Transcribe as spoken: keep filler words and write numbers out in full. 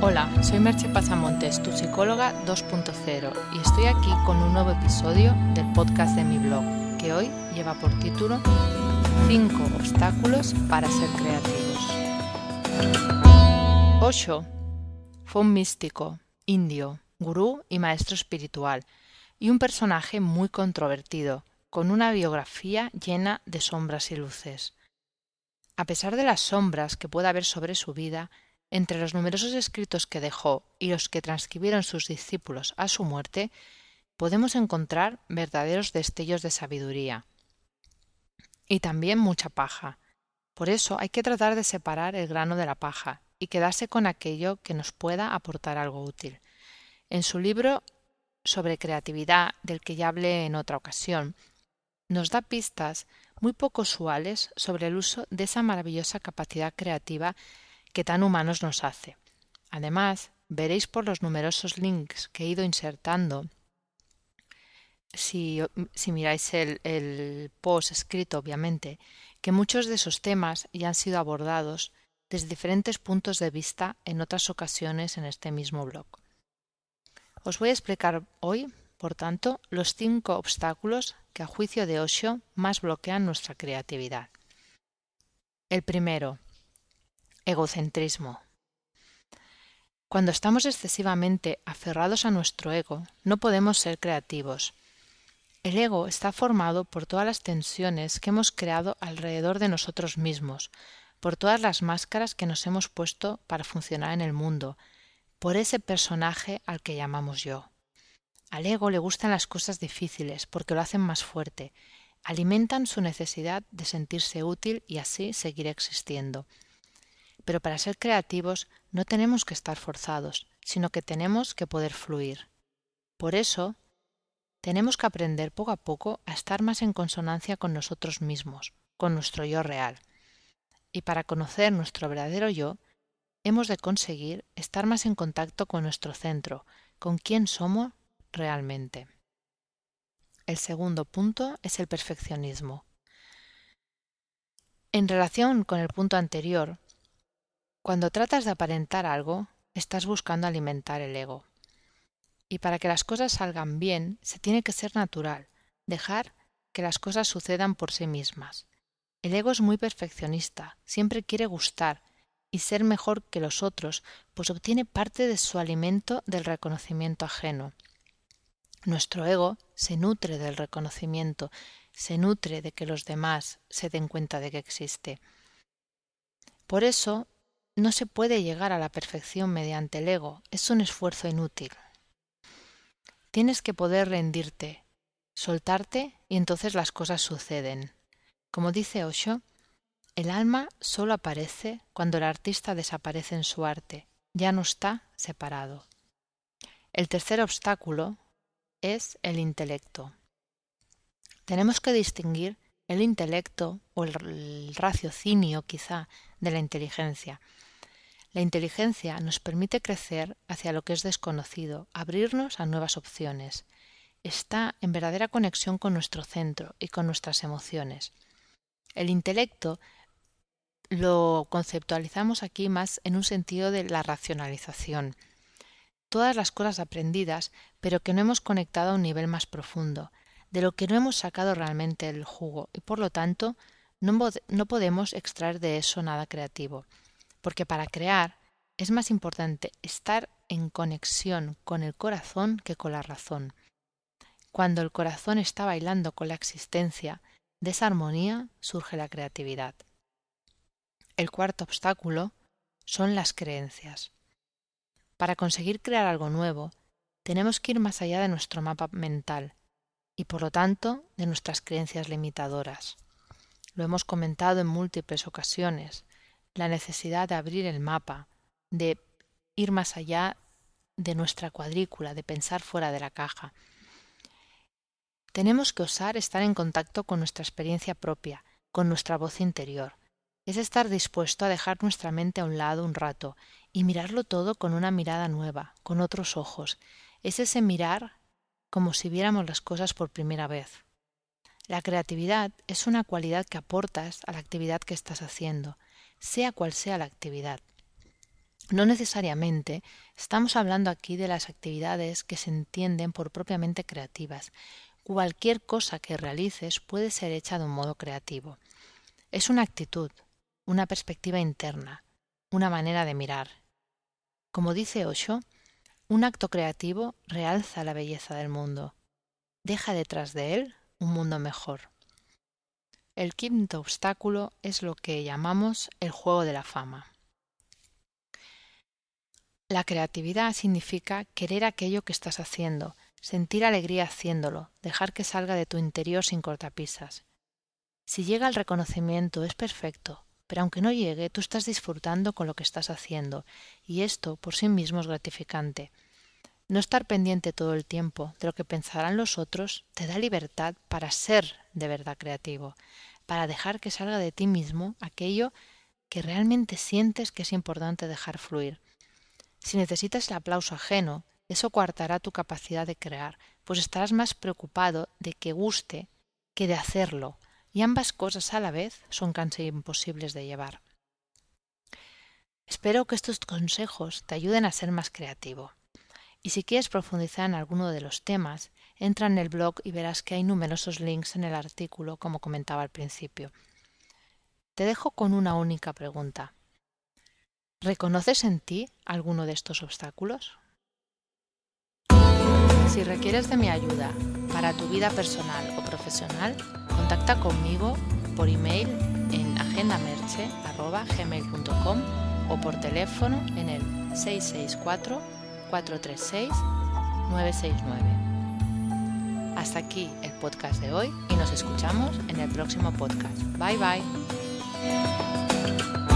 Hola, soy Merche Pasamontes, tu psicóloga dos punto cero, y estoy aquí con un nuevo episodio del podcast de mi blog, que hoy lleva por título cinco obstáculos para ser creativos. Osho fue un místico, indio, gurú y maestro espiritual, y un personaje muy controvertido, con una biografía llena de sombras y luces. A pesar de las sombras que pueda haber sobre su vida, entre los numerosos escritos que dejó y los que transcribieron sus discípulos a su muerte, podemos encontrar verdaderos destellos de sabiduría. Y también mucha paja. Por eso hay que tratar de separar el grano de la paja y quedarse con aquello que nos pueda aportar algo útil. En su libro sobre creatividad, del que ya hablé en otra ocasión, nos da pistas muy poco usuales sobre el uso de esa maravillosa capacidad creativa que tan humanos nos hace. Además, veréis por los numerosos links que he ido insertando, si, si miráis el, el post escrito, obviamente, que muchos de esos temas ya han sido abordados desde diferentes puntos de vista en otras ocasiones en este mismo blog. Os voy a explicar hoy, por tanto, los cinco obstáculos que a juicio de Osho más bloquean nuestra creatividad. El primero, egocentrismo. Cuando estamos excesivamente aferrados a nuestro ego, no podemos ser creativos. El ego está formado por todas las tensiones que hemos creado alrededor de nosotros mismos, por todas las máscaras que nos hemos puesto para funcionar en el mundo, por ese personaje al que llamamos yo. Al ego le gustan las cosas difíciles porque lo hacen más fuerte, alimentan su necesidad de sentirse útil y así seguir existiendo. Pero para ser creativos no tenemos que estar forzados, sino que tenemos que poder fluir. Por eso, tenemos que aprender poco a poco a estar más en consonancia con nosotros mismos, con nuestro yo real. Y para conocer nuestro verdadero yo, hemos de conseguir estar más en contacto con nuestro centro, con quién somos realmente. El segundo punto es el perfeccionismo. En relación con el punto anterior, cuando tratas de aparentar algo, estás buscando alimentar el ego. Y para que las cosas salgan bien, se tiene que ser natural, dejar que las cosas sucedan por sí mismas. El ego es muy perfeccionista, siempre quiere gustar y ser mejor que los otros, pues obtiene parte de su alimento del reconocimiento ajeno. Nuestro ego se nutre del reconocimiento, se nutre de que los demás se den cuenta de que existe. Por eso, no se puede llegar a la perfección mediante el ego, es un esfuerzo inútil. Tienes que poder rendirte, soltarte y entonces las cosas suceden. Como dice Osho, el alma solo aparece cuando el artista desaparece en su arte, ya no está separado. El tercer obstáculo es el intelecto. Tenemos que distinguir el intelecto o el raciocinio quizá de la inteligencia. La inteligencia nos permite crecer hacia lo que es desconocido, abrirnos a nuevas opciones. Está en verdadera conexión con nuestro centro y con nuestras emociones. El intelecto lo conceptualizamos aquí más en un sentido de la racionalización. Todas las cosas aprendidas, pero que no hemos conectado a un nivel más profundo, de lo que no hemos sacado realmente el jugo y por lo tanto no, no podemos extraer de eso nada creativo. Porque para crear es más importante estar en conexión con el corazón que con la razón. Cuando el corazón está bailando con la existencia, de esa armonía surge la creatividad. El cuarto obstáculo son las creencias. Para conseguir crear algo nuevo, tenemos que ir más allá de nuestro mapa mental y por lo tanto de nuestras creencias limitadoras. Lo hemos comentado en múltiples ocasiones. La necesidad de abrir el mapa, de ir más allá de nuestra cuadrícula, de pensar fuera de la caja. Tenemos que osar estar en contacto con nuestra experiencia propia, con nuestra voz interior. Es estar dispuesto a dejar nuestra mente a un lado un rato y mirarlo todo con una mirada nueva, con otros ojos. Es ese mirar como si viéramos las cosas por primera vez. La creatividad es una cualidad que aportas a la actividad que estás haciendo, sea cual sea la actividad. No necesariamente estamos hablando aquí de las actividades que se entienden por propiamente creativas. Cualquier cosa que realices puede ser hecha de un modo creativo. Es una actitud, una perspectiva interna, una manera de mirar. Como dice Osho, un acto creativo realza la belleza del mundo. Deja detrás de él un mundo mejor. El quinto obstáculo es lo que llamamos el juego de la fama. La creatividad significa querer aquello que estás haciendo, sentir alegría haciéndolo, dejar que salga de tu interior sin cortapisas. Si llega el reconocimiento es perfecto, pero aunque no llegue, tú estás disfrutando con lo que estás haciendo, y esto por sí mismo es gratificante. No estar pendiente todo el tiempo de lo que pensarán los otros te da libertad para ser de verdad creativo, para dejar que salga de ti mismo aquello que realmente sientes que es importante dejar fluir. Si necesitas el aplauso ajeno, eso coartará tu capacidad de crear, pues estarás más preocupado de que guste que de hacerlo, y ambas cosas a la vez son casi imposibles de llevar. Espero que estos consejos te ayuden a ser más creativo. Y si quieres profundizar en alguno de los temas, entra en el blog y verás que hay numerosos links en el artículo, como comentaba al principio. Te dejo con una única pregunta. ¿Reconoces en ti alguno de estos obstáculos? Si requieres de mi ayuda para tu vida personal o profesional, contacta conmigo por email en agendamerche arroba gmail punto com o por teléfono en el seis seis cuatro, cuatro tres seis, nueve seis nueve. Hasta aquí el podcast de hoy y nos escuchamos en el próximo podcast. Bye bye.